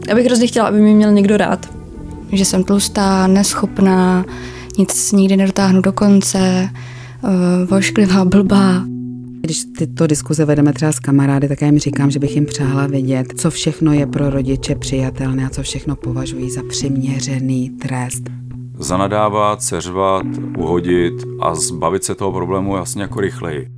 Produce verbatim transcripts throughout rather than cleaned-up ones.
Já bych hrozně chtěla, aby mě měl někdo rád. Že jsem tlustá, neschopná, nic nikdy nedotáhnu do konce, vošklivá, blbá. Když tyto diskuze vedeme třeba s kamarády, tak já jim říkám, že bych jim přála vědět, co všechno je pro rodiče přijatelné a co všechno považují za přiměřený trest. Zanadávat, seřvat, uhodit a zbavit se toho problému jasně jako rychleji.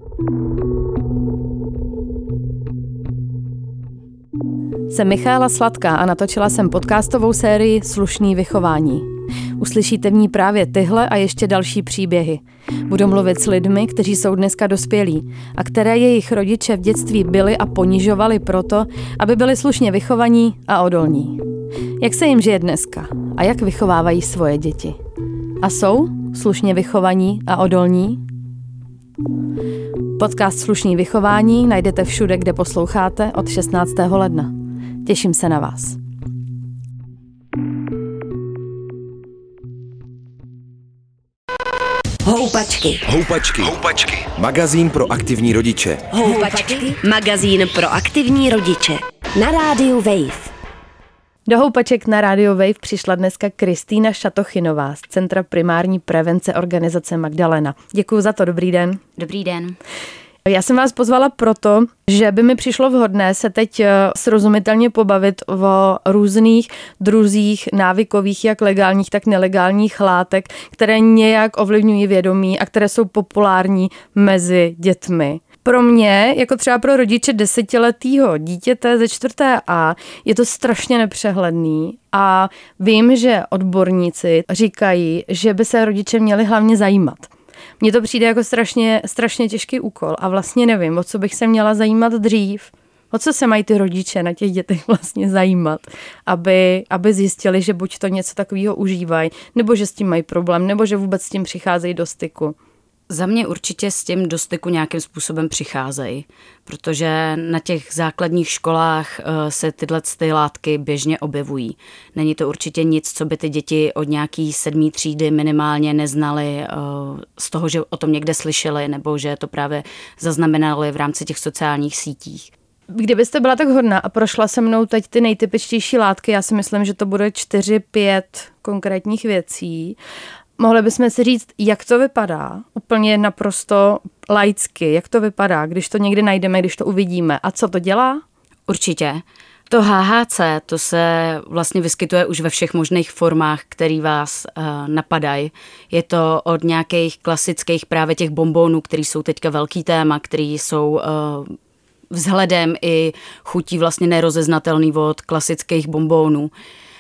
Jsem Michaela Sladká a natočila jsem podcastovou sérii Slušný vychování. Uslyšíte v ní právě tyhle a ještě další příběhy. Budu mluvit s lidmi, kteří jsou dneska dospělí a které jejich rodiče v dětství byli a ponižovali proto, aby byli slušně vychovaní a odolní. Jak se jim žije dneska a jak vychovávají svoje děti? A jsou slušně vychovaní a odolní? Podcast Slušný vychování najdete všude, kde posloucháte od šestnáctého ledna. Těším se na vás. Houpačky. Houpačky. Houpačky. Magazín pro aktivní rodiče. Houpačky. Magazín pro aktivní rodiče. Na rádiu Wave. Do Houpaček na rádiu Wave přišla dneska Kristýna Šatochynová z Centra primární prevence organizace Magdalena. Děkuji za to, dobrý den. Dobrý den. Já jsem vás pozvala proto, že by mi přišlo vhodné se teď srozumitelně pobavit o různých druzích návykových, jak legálních, tak nelegálních látek, které nějak ovlivňují vědomí a které jsou populární mezi dětmi. Pro mě, jako třeba pro rodiče desetiletého dítěte ze čtvrté A, je to strašně nepřehledný a vím, že odborníci říkají, že by se rodiče měli hlavně zajímat. Mně to přijde jako strašně, strašně těžký úkol a vlastně nevím, o co bych se měla zajímat dřív. O co se mají ty rodiče na těch dětech vlastně zajímat, aby, aby zjistili, že buď to něco takového užívají, nebo že s tím mají problém, nebo že vůbec s tím přicházejí do styku. Za mě určitě s tím do styku nějakým způsobem přicházejí, protože na těch základních školách se tyhle ty látky běžně objevují. Není to určitě nic, co by ty děti od nějaký sedmý třídy minimálně neznali z toho, že o tom někde slyšeli, nebo že to právě zaznamenali v rámci těch sociálních sítích. Kdybyste byla tak hodná a prošla se mnou teď ty nejtypičtější látky, já si myslím, že to bude čtyři, pět konkrétních věcí. Mohli bychom si říct, jak to vypadá, úplně naprosto laicky, jak to vypadá, když to někdy najdeme, když to uvidíme. A co to dělá? Určitě. To H H C, to se vlastně vyskytuje už ve všech možných formách, které vás uh, napadají. Je to od nějakých klasických právě těch bonbonů, které jsou teďka velký téma, které jsou uh, vzhledem i chutí vlastně nerozeznatelný od klasických bonbonů,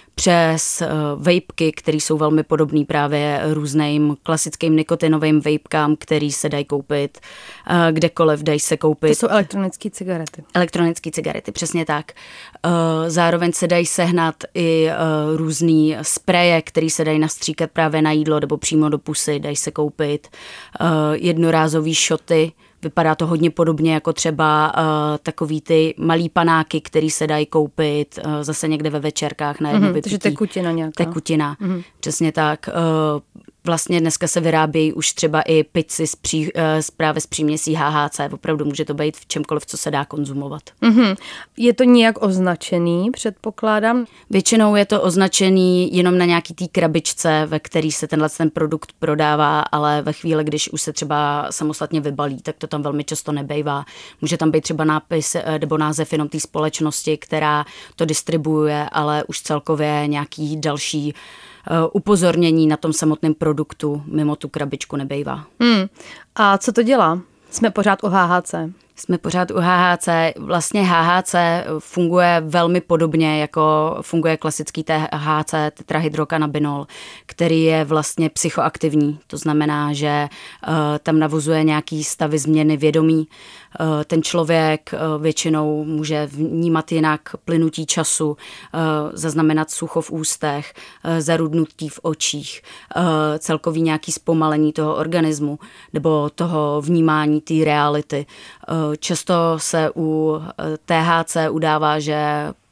přes uh, vejpky, které jsou velmi podobné právě různým klasickým nikotinovým vejpkám, který se dají koupit uh, kdekoliv, dají se koupit. To jsou elektronické cigarety. Elektronické cigarety, přesně tak. Uh, zároveň se dají sehnat i uh, různý spreje, které se dají nastříkat právě na jídlo nebo přímo do pusy, dají se koupit. Uh, jednorázový šoty. Vypadá to hodně podobně jako třeba uh, takový ty malý panáky, který se dají koupit uh, zase někde ve večerkách na jedno mm-hmm, vypití. Takže tekutina nějaká. Tekutina, mm-hmm. Přesně tak. Uh, vlastně dneska se vyrábějí už třeba i pici z pří, uh, právě z příměsí H H C. Opravdu může to být v čemkoliv, co se dá konzumovat. Mm-hmm. Je to nějak označený, předpokládám? Většinou je to označený jenom na nějaký té krabičce, ve který se tenhle ten produkt prodává, ale ve chvíli, když už se třeba samostatně vybalí, tak to tam velmi často nebejvá. Může tam být třeba nápis nebo název jenom té společnosti, která to distribuuje, ale už celkově nějaký další upozornění na tom samotném produktu mimo tu krabičku nebejvá. Hmm. A co to dělá? Jsme pořád u H H C. Jsme pořád u H H C. Vlastně H H C funguje velmi podobně, jako funguje klasický T H C, tetrahydrokanabinol, který je vlastně psychoaktivní. To znamená, že uh, tam navozuje nějaký stavy změny vědomí. Uh, ten člověk uh, většinou může vnímat jinak plynutí času, uh, zaznamenat sucho v ústech, uh, zarudnutí v očích, uh, celkový nějaký zpomalení toho organismu nebo toho vnímání té reality. Uh, Často se u T H C udává, že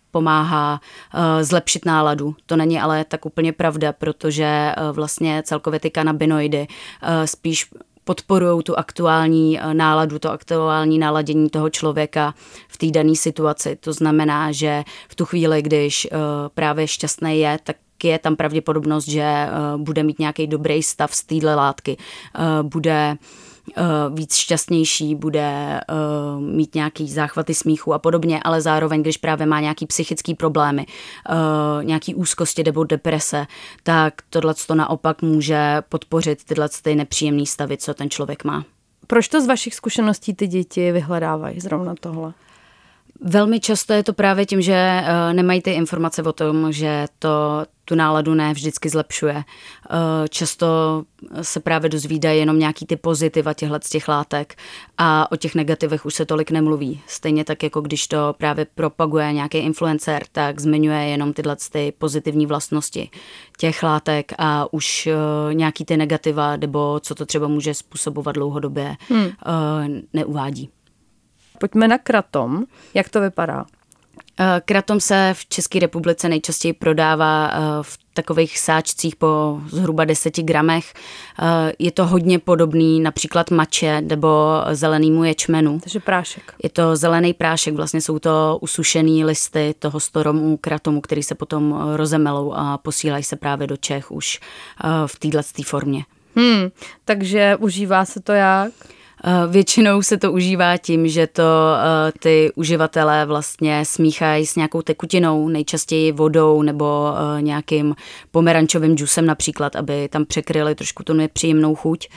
pomáhá zlepšit náladu. To není ale tak úplně pravda, protože vlastně celkově ty kanabinoidy spíš podporují tu aktuální náladu, to aktuální naladění toho člověka v té dané situaci. To znamená, že v tu chvíli, když právě šťastný je, tak je tam pravděpodobnost, že bude mít nějaký dobrý stav z téhle látky, bude víc šťastnější, bude uh, mít nějaký záchvaty smíchu a podobně, ale zároveň, když právě má nějaký psychický problémy, uh, nějaký úzkosti nebo deprese, tak tohleto naopak může podpořit tyhle ty nepříjemné stavy, co ten člověk má. Proč to z vašich zkušeností ty děti vyhledávají zrovna tohle? Velmi často je to právě tím, že uh, nemají ty informace o tom, že to tu náladu ne vždycky zlepšuje. Uh, často se právě dozvídají jenom nějaký ty pozitiva těchto z těch látek a o těch negativech už se tolik nemluví. Stejně tak, jako když to právě propaguje nějaký influencer, tak zmiňuje jenom tyhle ty pozitivní vlastnosti těch látek a už uh, nějaký ty negativa nebo co to třeba může způsobovat dlouhodobě hmm. uh, neuvádí. Pojďme na kratom. Jak to vypadá? Kratom se v České republice nejčastěji prodává v takových sáčcích po zhruba deseti gramech. Je to hodně podobný například mače nebo zelenému ječmenu. Takže prášek. Je to zelený prášek, vlastně jsou to usušený listy toho storomu kratomu, který se potom rozemelou a posílají se právě do Čech už v této formě. Hmm, takže užívá se to jak? Většinou se to užívá tím, že to ty uživatelé vlastně smíchají s nějakou tekutinou, nejčastěji vodou nebo nějakým pomerančovým džusem například, aby tam překryli trošku tu nepříjemnou chuť.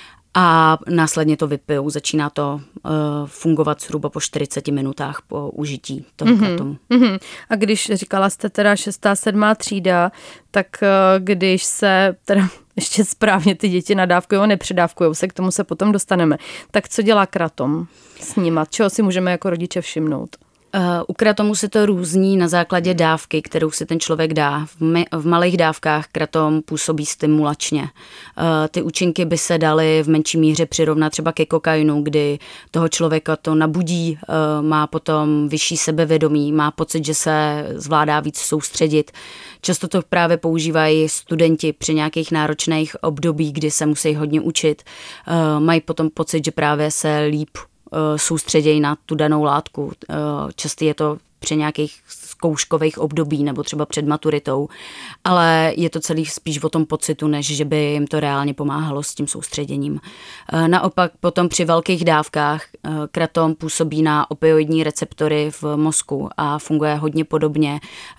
A následně to vypijou. Začíná to uh, fungovat zhruba po čtyřiceti minutách po užití toho mm-hmm. kratomu. Mm-hmm. A když říkala jste teda šestá, sedmá třída, tak uh, když se teda ještě správně ty děti nadávkují a nepředávkují se, k tomu se potom dostaneme, tak co dělá kratom s nima? Čeho si můžeme jako rodiče všimnout? Uh, u kratomu se to různí na základě dávky, kterou si ten člověk dá. V, my, v malých dávkách kratom působí stimulačně. Uh, ty účinky by se daly v menší míře přirovnat třeba ke kokainu, kdy toho člověka to nabudí, uh, má potom vyšší sebevědomí, má pocit, že se zvládá víc soustředit. Často to právě používají studenti při nějakých náročných období, kdy se musí hodně učit. Uh, mají potom pocit, že právě se líp soustředějí na tu danou látku. Často je to při nějakých zkouškových období nebo třeba před maturitou, ale je to celý spíš o tom pocitu, než že by jim to reálně pomáhalo s tím soustředěním. Naopak potom při velkých dávkách kratom působí na opioidní receptory v mozku a funguje hodně podobně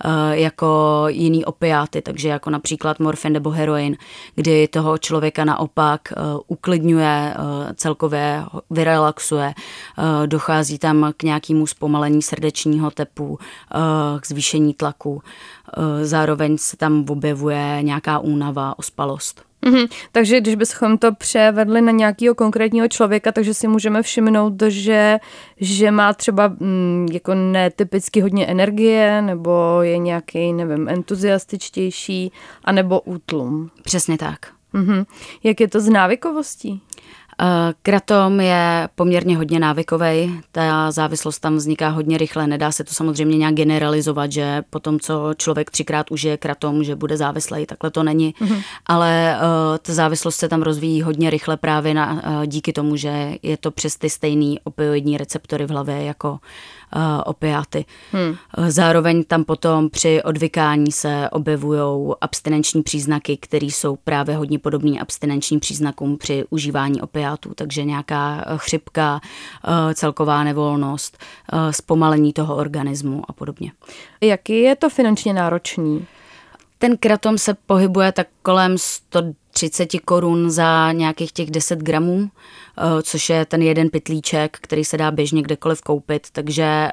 jako jiný opiáty, takže jako například morfin nebo heroin, kdy toho člověka naopak uklidňuje, celkově vyrelaxuje, dochází tam k nějakému zpomalení srdečního tepu, k zvýšení tlaku. Zároveň se tam objevuje nějaká únava, ospalost. Mm-hmm. Takže když bychom to převedli na nějakého konkrétního člověka, takže si můžeme všimnout, že, že má třeba mm, jako netypicky hodně energie, nebo je nějaký, nevím, entuziastičtější, anebo útlum. Přesně tak. Mm-hmm. Jak je to s návykovostí? Kratom je poměrně hodně návykovej, ta závislost tam vzniká hodně rychle, nedá se to samozřejmě nějak generalizovat, že po tom, co člověk třikrát užije kratom, že bude závislej, takhle to není, mm-hmm. ale uh, ta závislost se tam rozvíjí hodně rychle právě na, uh, díky tomu, že je to přes ty stejný opioidní receptory v hlavě jako uh, opiáty. Hmm. Zároveň tam potom při odvykání se objevují abstinenční příznaky, které jsou právě hodně podobné abstinenčním příznakům při užívání opiátů, takže nějaká chřipka, uh, celková nevolnost, uh, zpomalení toho organismu a podobně. Jaký je to finančně náročný? Ten kratom se pohybuje tak kolem sto třicet korun za nějakých těch deset gramů, což je ten jeden pytlíček, který se dá běžně kdekoliv koupit, takže...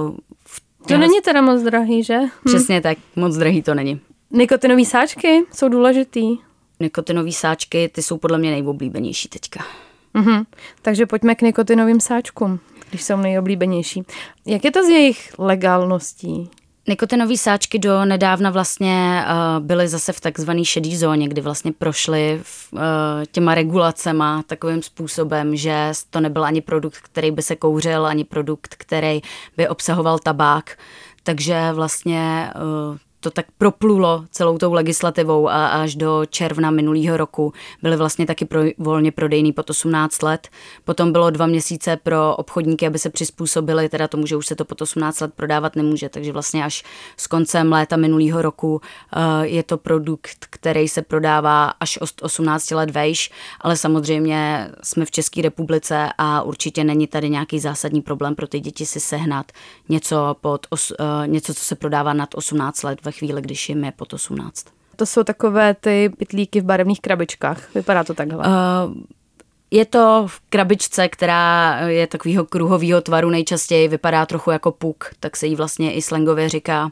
V to není teda moc drahý, že? Přesně hm. tak, moc drahý to není. Nikotinové sáčky jsou důležitý? Nikotinové sáčky, ty jsou podle mě nejoblíbenější teďka. Mhm. Takže pojďme k nikotinovým sáčkům, když jsou nejoblíbenější. Jak je to s jejich legálností? Nikotinové sáčky do nedávna vlastně uh, byly zase v takzvané šedé zóně, kdy vlastně prošly v, uh, těma regulacema takovým způsobem, že to nebyl ani produkt, který by se kouřil, ani produkt, který by obsahoval tabák. Takže vlastně uh, to tak proplulo celou tou legislativou a až do června minulého roku byly vlastně taky pro, volně prodejný pod osmnáct let. Potom bylo dva měsíce pro obchodníky, aby se přizpůsobili teda tomu, že už se to pod osmnáct let prodávat nemůže, takže vlastně až s koncem léta minulého roku uh, je to produkt, který se prodává až od osmnáct let vejš, ale samozřejmě jsme v České republice a určitě není tady nějaký zásadní problém pro ty děti si sehnat něco, pod os, uh, něco co se prodává nad osmnáct let ve chvíli, když jim je pod osmnáct. To jsou takové ty pytlíky v barevných krabičkách. Vypadá to takhle. Uh, je to v krabičce, která je takového kruhového tvaru nejčastěji, vypadá trochu jako puk, tak se jí vlastně i slangově říká.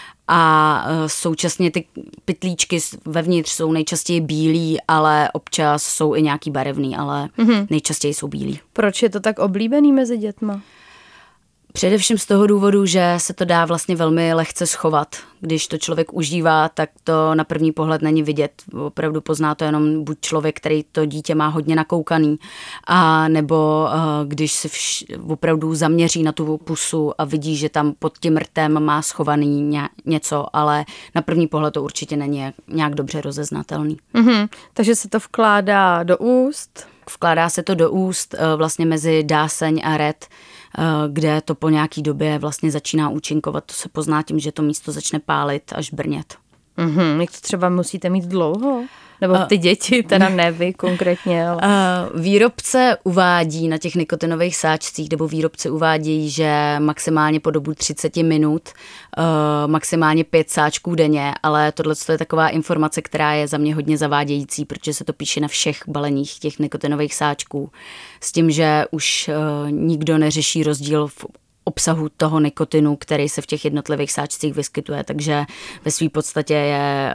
A současně ty pytlíčky vevnitř jsou nejčastěji bílí, ale občas jsou i nějaký barevný, ale mm-hmm. nejčastěji jsou bílí. Proč je to tak oblíbený mezi dětma? Především z toho důvodu, že se to dá vlastně velmi lehce schovat. Když to člověk užívá, tak to na první pohled není vidět. Opravdu pozná to jenom buď člověk, který to dítě má hodně nakoukaný, a nebo uh, když se vš- opravdu zaměří na tu pusu a vidí, že tam pod tím rtem má schovaný ně- něco, ale na první pohled to určitě není nějak dobře rozeznatelný. Mm-hmm. Takže se to vkládá do úst? Vkládá se to do úst uh, vlastně mezi dáseň a ret, kde to po nějaký době vlastně začíná účinkovat. To se pozná tím, že to místo začne pálit až brnět. Mm-hmm. Jak to třeba musíte mít dlouho? Nebo ty děti, teda ne vy konkrétně. Ale... Výrobce uvádí na těch nikotinových sáčcích, nebo výrobci uvádějí, že maximálně po dobu třicet minut, maximálně pět sáčků denně, ale tohle je taková informace, která je za mě hodně zavádějící, protože se to píše na všech baleních těch nikotinových sáčků. S tím, že už nikdo neřeší rozdíl v obsahu toho nikotinu, který se v těch jednotlivých sáčcích vyskytuje, takže ve své podstatě je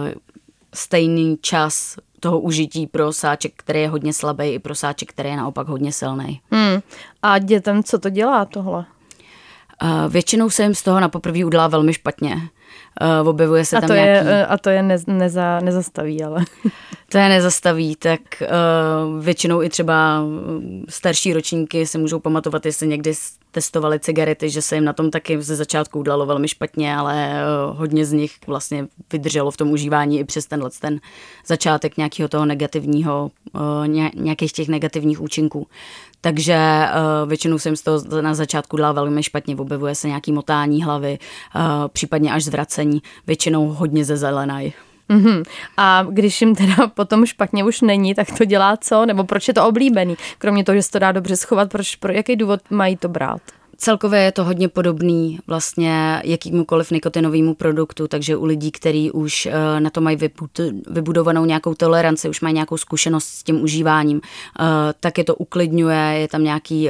stejný čas toho užití pro sáček, který je hodně slabý, i pro sáček, který je naopak hodně silný. Hmm. A dětem co to dělá tohle? Uh, většinou se jim z toho na poprvé udělá velmi špatně. Uh, objevuje se a tam to nějaký... Je, a to je ne, neza, nezastaví, ale... To je nezastaví, tak uh, většinou i třeba starší ročníky si můžou pamatovat, jestli někdy testovali cigarety, že se jim na tom taky ze začátku udělalo velmi špatně, ale uh, hodně z nich vlastně vydrželo v tom užívání i přes tenhle ten začátek nějakého toho negativního, uh, nějakých těch negativních účinků. Takže uh, většinou se jim z toho na začátku dělá velmi špatně, objevuje se nějaký motání hlavy, uh, případně až zvracení, většinou hodně zezelenají. Mm-hmm. A když jim teda potom špatně už není, tak to dělá co? Nebo proč je to oblíbený? Kromě toho, že se to dá dobře schovat, proč, pro jaký důvod mají to brát? Celkově je to hodně podobný vlastně jakýmukoliv nikotinovému produktu, takže u lidí, kteří už na to mají vybudovanou nějakou toleranci, už mají nějakou zkušenost s tím užíváním, tak je to uklidňuje, je tam nějaký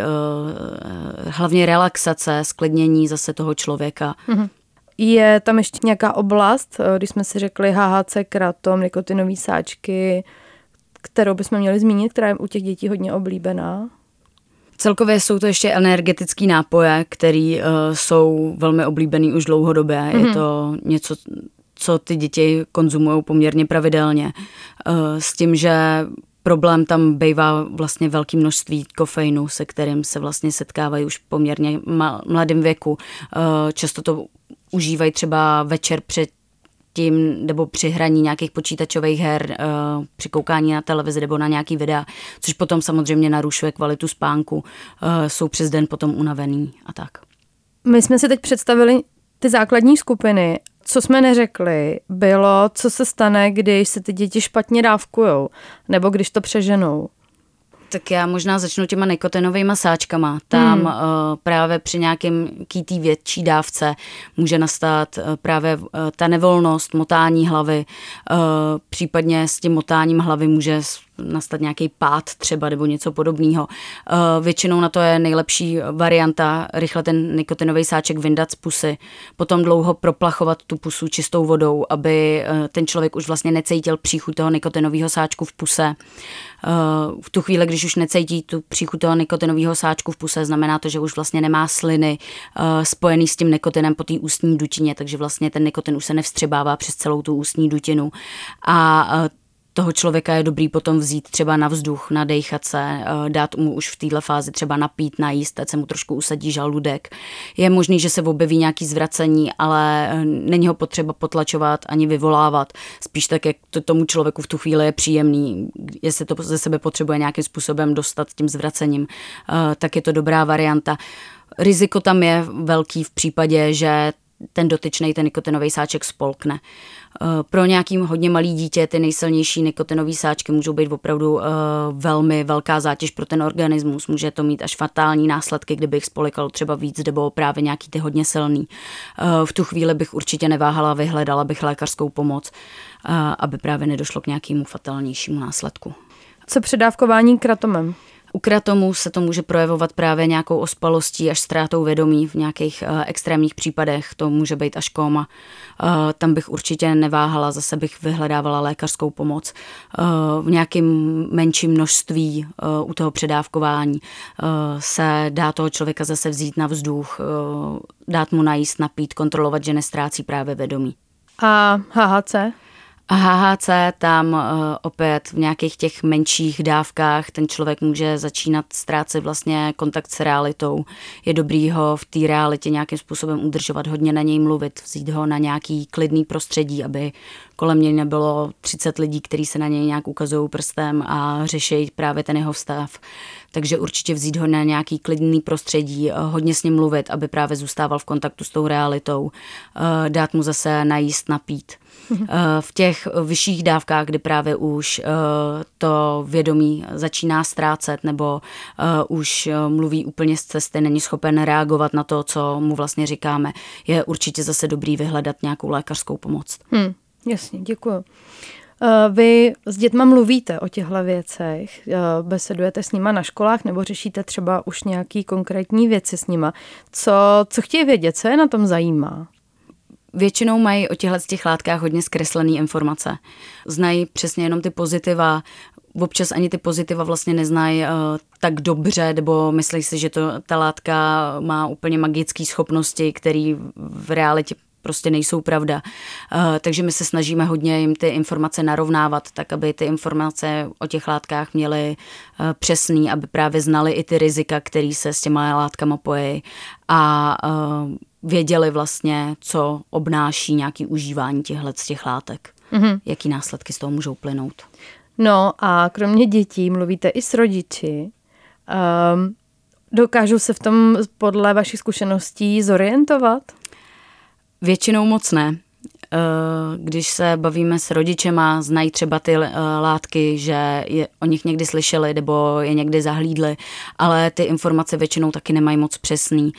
hlavně relaxace, sklidnění zase toho člověka. Mm-hmm. Je tam ještě nějaká oblast, když jsme si řekli H H C, kratom, nikotinové sáčky, kterou bychom měli zmínit, která je u těch dětí hodně oblíbená? Celkově jsou to ještě energetické nápoje, které uh, jsou velmi oblíbený už dlouhodobě. Mm-hmm. Je to něco, co ty děti konzumují poměrně pravidelně. Uh, s tím, že problém tam bývá vlastně velké množství kofeinu, se kterým se vlastně setkávají už v poměrně mladém věku. Uh, často to užívají třeba večer před tím, nebo při hraní nějakých počítačových her, uh, při koukání na televizi nebo na nějaký videa, což potom samozřejmě narušuje kvalitu spánku, uh, jsou přes den potom unavený a tak. My jsme si teď představili ty základní skupiny. Co jsme neřekli, bylo, co se stane, když se ty děti špatně dávkujou, nebo když to přeženou. Tak já možná začnu těma nikotinovými sáčkama. Tam hmm. uh, právě při nějakém kýtý větší dávce může nastat uh, právě uh, ta nevolnost, motání hlavy. Uh, případně s tím motáním hlavy může nastat nějaký pád třeba nebo něco podobného. Uh, většinou na to je nejlepší varianta rychle ten nikotinový sáček vyndat z pusy, potom dlouho proplachovat tu pusu čistou vodou, aby uh, ten člověk už vlastně necítil příchuť toho nikotinového sáčku v puse. Uh, v tu chvíli, když už necítí tu příchuť toho nikotinového sáčku v puse, znamená to, že už vlastně nemá sliny uh, spojený s tím nikotinem po té ústní dutině, takže vlastně ten nikotin už se nevstřebává přes celou tu ústní dutinu. A uh, toho člověka je dobrý potom vzít třeba na vzduch, nadejchat se, dát mu už v téhle fázi třeba napít, najíst, ať se mu trošku usadí žaludek. Je možný, že se objeví nějaký zvracení, ale není ho potřeba potlačovat ani vyvolávat. Spíš tak, jak to tomu člověku v tu chvíli je příjemný, jestli to ze sebe potřebuje nějakým způsobem dostat tím zvracením, tak je to dobrá varianta. Riziko tam je velký v případě, že ten dotyčný ten nikotinový sáček spolkne. Pro nějakým hodně malý dítě ty nejsilnější nikotinové sáčky můžou být opravdu uh, velmi velká zátěž pro ten organismus. Může to mít až fatální následky, kdyby jich spolikalo třeba víc, nebo právě nějaký ty hodně silný. Uh, v tu chvíli bych určitě neváhala, vyhledala bych lékařskou pomoc, uh, aby právě nedošlo k nějakému fatálnějšímu následku. Co předávkování kratomem? U kratomu se to může projevovat právě nějakou ospalostí až ztrátou vědomí v nějakých uh, extrémních případech, to může být až kóma. Uh, tam bych určitě neváhala, zase bych vyhledávala lékařskou pomoc. Uh, v nějakém menším množství uh, u toho předávkování uh, se dá toho člověka zase vzít na vzduch, uh, dát mu najíst, napít, kontrolovat, že nestrácí právě vědomí. A H H C? A H H C tam uh, opět v nějakých těch menších dávkách ten člověk může začínat ztrácet vlastně kontakt s realitou. Je dobrý ho v té realitě nějakým způsobem udržovat, hodně na něj mluvit, vzít ho na nějaký klidný prostředí, aby kolem něj nebylo třicet lidí, kteří se na něj nějak ukazují prstem a řeší právě ten jeho stav. Takže určitě vzít ho na nějaký klidný prostředí, hodně s ním mluvit, aby právě zůstával v kontaktu s tou realitou, dát mu zase najíst, napít. V těch vyšších dávkách, kdy právě už to vědomí začíná ztrácet nebo už mluví úplně z cesty, není schopen reagovat na to, co mu vlastně říkáme, je určitě zase dobrý vyhledat nějakou lékařskou pomoc. Hmm, jasně, děkuju. Vy s dětma mluvíte o těchto věcech, besedujete s nima na školách nebo řešíte třeba už nějaký konkrétní věci s nima. Co, co chtějí vědět, co je na tom zajímá? Většinou mají o těchto těch látkách hodně zkreslené informace. Znají přesně jenom ty pozitiva, občas ani ty pozitiva vlastně neznají uh, tak dobře, nebo myslí si, že to, ta látka má úplně magické schopnosti, které v realitě prostě nejsou pravda. Uh, takže my se snažíme hodně jim ty informace narovnávat, tak aby ty informace o těch látkách měly uh, přesný, aby právě znali i ty rizika, které se s těma látkama pojí a uh, věděli vlastně, co obnáší nějaký užívání těchto z těch látek. Mm-hmm. Jaký následky z toho můžou plynout. No a kromě dětí mluvíte i s rodiči. Um, dokážou se v tom podle vašich zkušeností zorientovat? Většinou moc ne. Když se bavíme s rodičema, znají třeba ty látky, že je, o nich někdy slyšeli nebo je někdy zahlídli, ale ty informace většinou taky nemají moc přesný.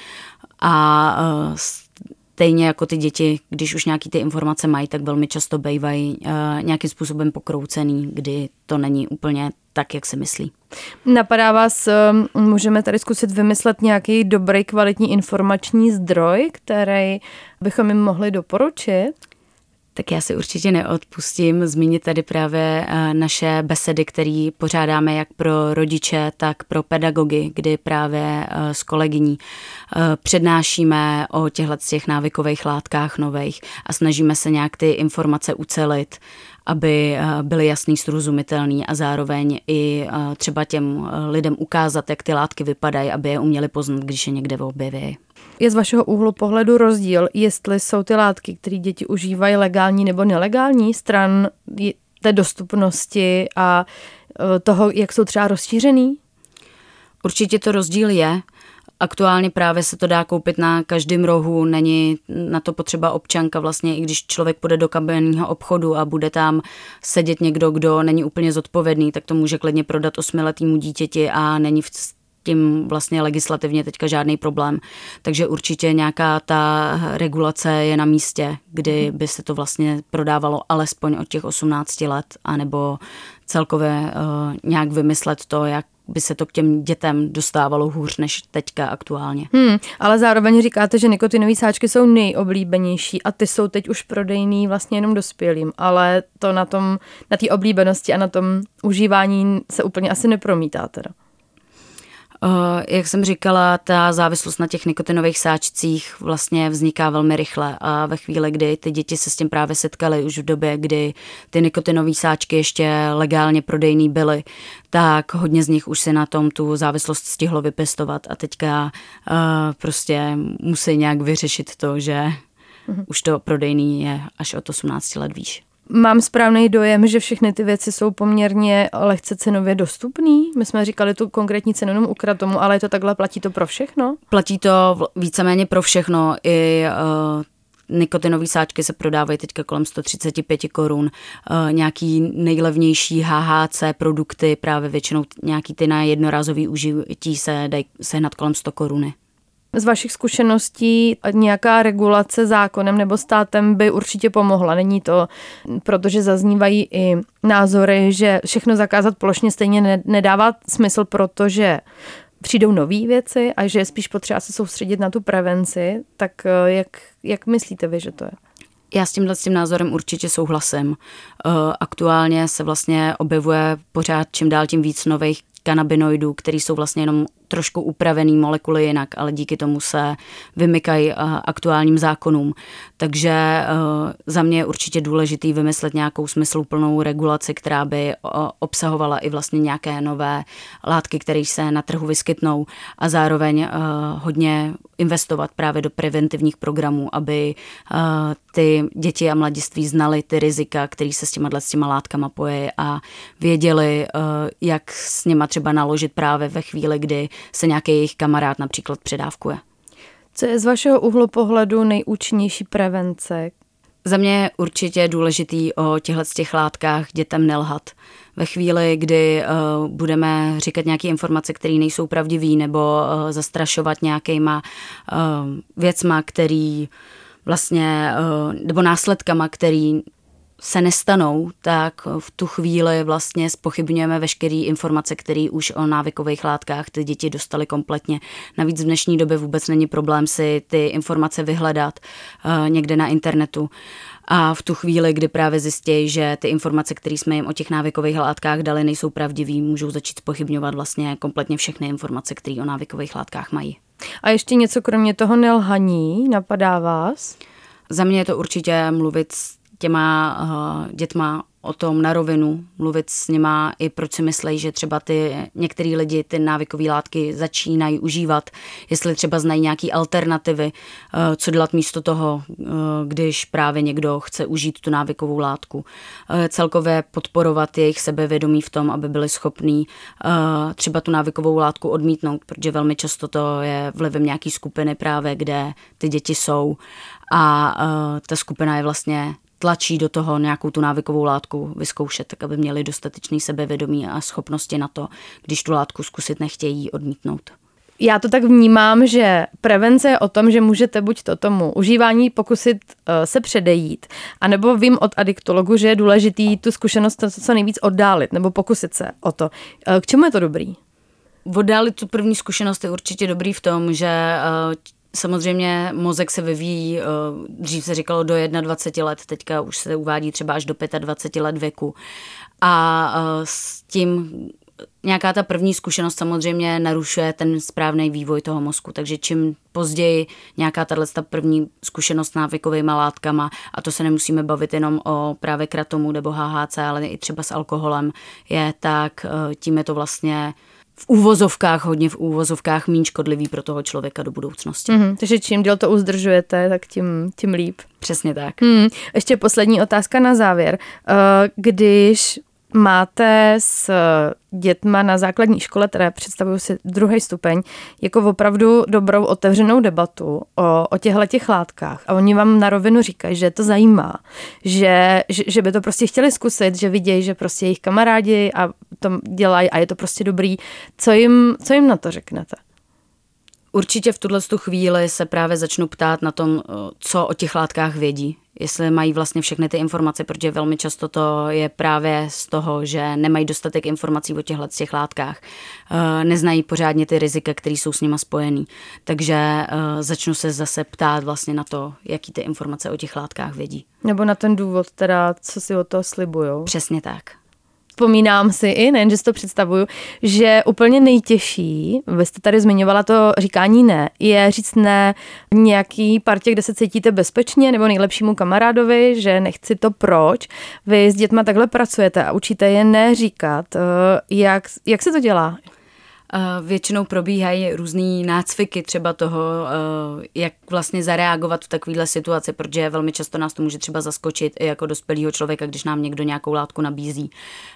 A stejně jako ty děti, když už nějaký ty informace mají, tak velmi často bývají nějakým způsobem pokroucený, kdy to není úplně tak, jak se myslí. Napadá vás, můžeme tady zkusit vymyslet nějaký dobrý kvalitní informační zdroj, který bychom jim mohli doporučit? Tak já si určitě neodpustím zmínit tady právě naše besedy, které pořádáme jak pro rodiče, tak pro pedagogy, kdy právě s kolegyní přednášíme o těchto těch návykových látkách nových a snažíme se nějak ty informace ucelit, aby byly jasný, srozumitelný a zároveň i třeba těm lidem ukázat, jak ty látky vypadají, aby je uměli poznat, když je někde objeví. Je z vašeho úhlu pohledu rozdíl, jestli jsou ty látky, které děti užívají, legální nebo nelegální, stran té dostupnosti a toho, jak jsou třeba rozšířený? Určitě to rozdíl je. Aktuálně právě se to dá koupit na každém rohu, není na to potřeba občanka vlastně, i když člověk půjde do kabinního obchodu a bude tam sedět někdo, kdo není úplně zodpovědný, tak to může klidně prodat osmiletýmu dítěti a není v tím vlastně legislativně teďka žádný problém. Takže určitě nějaká ta regulace je na místě, kdy by se to vlastně prodávalo alespoň od těch osmnácti let, anebo celkově uh, nějak vymyslet to, jak by se to k těm dětem dostávalo hůř než teďka aktuálně. Hmm, ale zároveň říkáte, že nikotinové sáčky jsou nejoblíbenější a ty jsou teď už prodejný vlastně jenom dospělým, ale to na tom, na té oblíbenosti a na tom užívání se úplně asi nepromítá teda. Jak jsem říkala, ta závislost na těch nikotinových sáčcích vlastně vzniká velmi rychle a ve chvíli, kdy ty děti se s tím právě setkaly už v době, kdy ty nikotinové sáčky ještě legálně prodejný byly, tak hodně z nich už si na tom tu závislost stihlo vypěstovat a teďka uh, prostě musí nějak vyřešit to, že mhm. už to prodejný je až od osmnáct let výš. Mám správný dojem, že všechny ty věci jsou poměrně lehce cenově dostupný? My jsme říkali tu konkrétní cenu jenom u kratomu, ale je to takhle, platí to pro všechno? Platí to víceméně pro všechno. I uh, nikotinové sáčky se prodávají teďka kolem sto třicet pět korun. Uh, nějaký nejlevnější H H C produkty, právě většinou nějaký ty na jednorázový užití se dají sehnat kolem sto koruny. Z vašich zkušeností nějaká regulace zákonem nebo státem by určitě pomohla. Není to, protože zaznívají i názory, že všechno zakázat plošně stejně nedává smysl, protože přijdou nové věci a že je spíš potřeba se soustředit na tu prevenci. Tak jak, jak myslíte vy, že to je? Já s tímhle s tím názorem určitě souhlasím. Aktuálně se vlastně objevuje pořád čím dál tím víc nových kanabinoidů, který jsou vlastně jenom trošku upravený molekuly jinak, ale díky tomu se vymykají aktuálním zákonům. Takže za mě je určitě důležitý vymyslet nějakou smysluplnou regulaci, která by obsahovala i vlastně nějaké nové látky, které se na trhu vyskytnou a zároveň hodně investovat právě do preventivních programů, aby ty děti a mladiství znali ty rizika, které se s těma, s těma látkama pojí a věděli, jak s nima třeba naložit právě ve chvíli, kdy se nějaký jejich kamarád například předávkuje. Co je z vašeho úhlu pohledu nejúčinnější prevence? Za mě je určitě důležitý o těchto těch látkách dětem nelhat. Ve chvíli, kdy uh, budeme říkat nějaké informace, které nejsou pravdivé, nebo uh, zastrašovat nějakýma uh, věcma, který vlastně, uh, nebo následkama, který se nestanou, tak v tu chvíli vlastně zpochybňujeme veškeré informace, které už o návykových látkách ty děti dostaly kompletně. Navíc v dnešní době vůbec není problém si ty informace vyhledat uh, někde na internetu. A v tu chvíli, kdy právě zjistí, že ty informace, které jsme jim o těch návykových látkách dali, nejsou pravdivý, můžou začít zpochybňovat vlastně kompletně všechny informace, které o návykových látkách mají. A ještě něco kromě toho nelhaní napadá vás? Za mě je to určitě mluvit s těma uh, dětma o tom na rovinu, mluvit s nima i proč si myslí, že třeba ty některý lidi ty návykové látky začínají užívat, jestli třeba znají nějaký alternativy, uh, co dělat místo toho, uh, když právě někdo chce užít tu návykovou látku. Uh, celkově podporovat jejich sebevědomí v tom, aby byli schopní uh, třeba tu návykovou látku odmítnout, protože velmi často to je vlivem nějaký skupiny právě, kde ty děti jsou a uh, ta skupina je vlastně tlačí do toho nějakou tu návykovou látku vyzkoušet, tak aby měli dostatečný sebevědomí a schopnosti na to, když tu látku zkusit nechtějí, odmítnout. Já to tak vnímám, že prevence je o tom, že můžete buď to tomu užívání pokusit uh, se předejít, anebo vím od adiktologu, že je důležitý tu zkušenost to, co nejvíc oddálit, nebo pokusit se o to. Uh, k čemu je to dobrý? Oddálit tu první zkušenost je určitě dobrý v tom, že uh, samozřejmě mozek se vyvíjí, dřív se říkalo do dvacet jedna let, teďka už se uvádí třeba až do dvacet pět let věku. A s tím nějaká ta první zkušenost samozřejmě narušuje ten správný vývoj toho mozku, takže čím později nějaká tato první zkušenost s návykovými látkama, a to se nemusíme bavit jenom o právě kratomu nebo H H C, ale i třeba s alkoholem, je tak, tím je to vlastně v úvozovkách, hodně v úvozovkách méně škodlivý pro toho člověka do budoucnosti. Mm-hmm, takže čím díl to uzdržujete, tak tím, tím líp. Přesně tak. Mm, ještě poslední otázka na závěr. Když máte s dětma na základní škole, které představují si druhý stupeň, jako opravdu dobrou otevřenou debatu o, o těchto těch látkách a oni vám na rovinu říkají, že to zajímá, že, že, že by to prostě chtěli zkusit, že vidějí, že prostě jejich kamarádi a to dělají a je to prostě dobrý. Co jim, co jim na to řeknete? Určitě v tuhle chvíli se právě začnu ptát na tom, co o těch látkách vědí. Jestli mají vlastně všechny ty informace, protože velmi často to je právě z toho, že nemají dostatek informací o těchto těch látkách. Neznají pořádně ty rizika, které jsou s nima spojený. Takže začnu se zase ptát vlastně na to, jaký ty informace o těch látkách vědí. Nebo na ten důvod teda, co si o toho slibujou. Přesně tak. vzpomínám si i, nejen, že si to představuju, že úplně nejtěžší, vy jste tady zmiňovala to říkání ne, je říct ne nějaký partě, kde se cítíte bezpečně, nebo nejlepšímu kamarádovi, že nechci to proč. Vy s dětma takhle pracujete a učíte je ne říkat. Jak, jak se to dělá? Většinou probíhají různý nácviky třeba toho, jak vlastně zareagovat v takovéhle situaci, protože velmi často nás to může třeba zaskočit i jako dospělýho člověka, když nám někdo nějakou látku nabízí.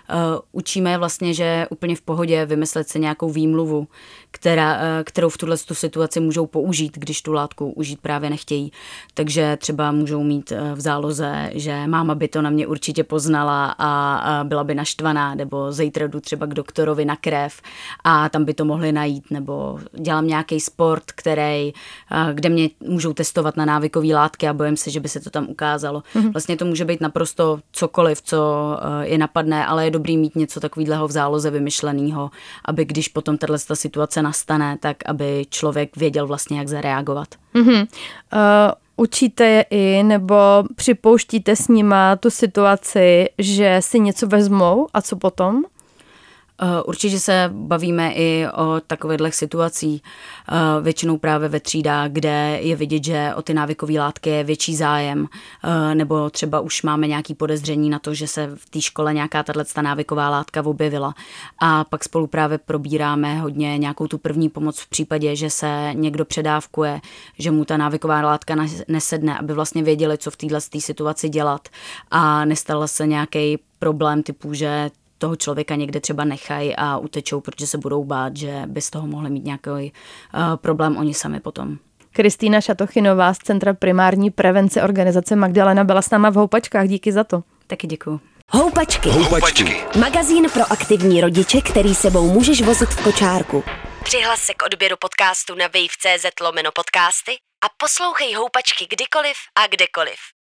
Učíme vlastně, že úplně v pohodě vymyslet si nějakou výmluvu, která, kterou v tuhle situaci můžou použít, když tu látku užít právě nechtějí. Takže třeba můžou mít v záloze, že máma by to na mě určitě poznala a byla by naštvaná, nebo zítra jdu třeba k doktorovi na krev a tam by to mohli najít, nebo dělám nějaký sport, který, kde mě můžou testovat na návykové látky a bojím se, že by se to tam ukázalo. Vlastně to může být naprosto cokoliv, co je napadne, ale je dobrý mít něco takového v záloze vymyšleného, aby když potom tato situace nastane, tak aby člověk věděl vlastně, jak zareagovat. Mm-hmm. Uh, učíte je i, nebo připouštíte s nima tu situaci, že si něco vezmou a co potom? Určitě se bavíme i o takových situacích, většinou právě ve třídách, kde je vidět, že o ty návykové látky je větší zájem, nebo třeba už máme nějaké podezření na to, že se v té škole nějaká tato návyková látka objevila. A pak spolu právě probíráme hodně nějakou tu první pomoc v případě, že se někdo předávkuje, že mu ta návyková látka nesedne, aby vlastně věděli, co v této situaci dělat a nestala se nějaký problém typu, že toho člověka někde třeba nechají a utečou, protože se budou bát, že by z toho mohli mít nějaký uh, problém oni sami potom. Kristýna Šatochynová z Centra primární prevence organizace Magdalena byla s náma v Houpačkách. Díky za to. Taky děkuju. Houpačky. Houpačky. Magazín pro aktivní rodiče, který sebou můžeš vozit v kočárku. Přihlas se k odběru podcastu na wave tečka cz lomeno podcasty a poslouchej Houpačky kdykoliv a kdekoliv.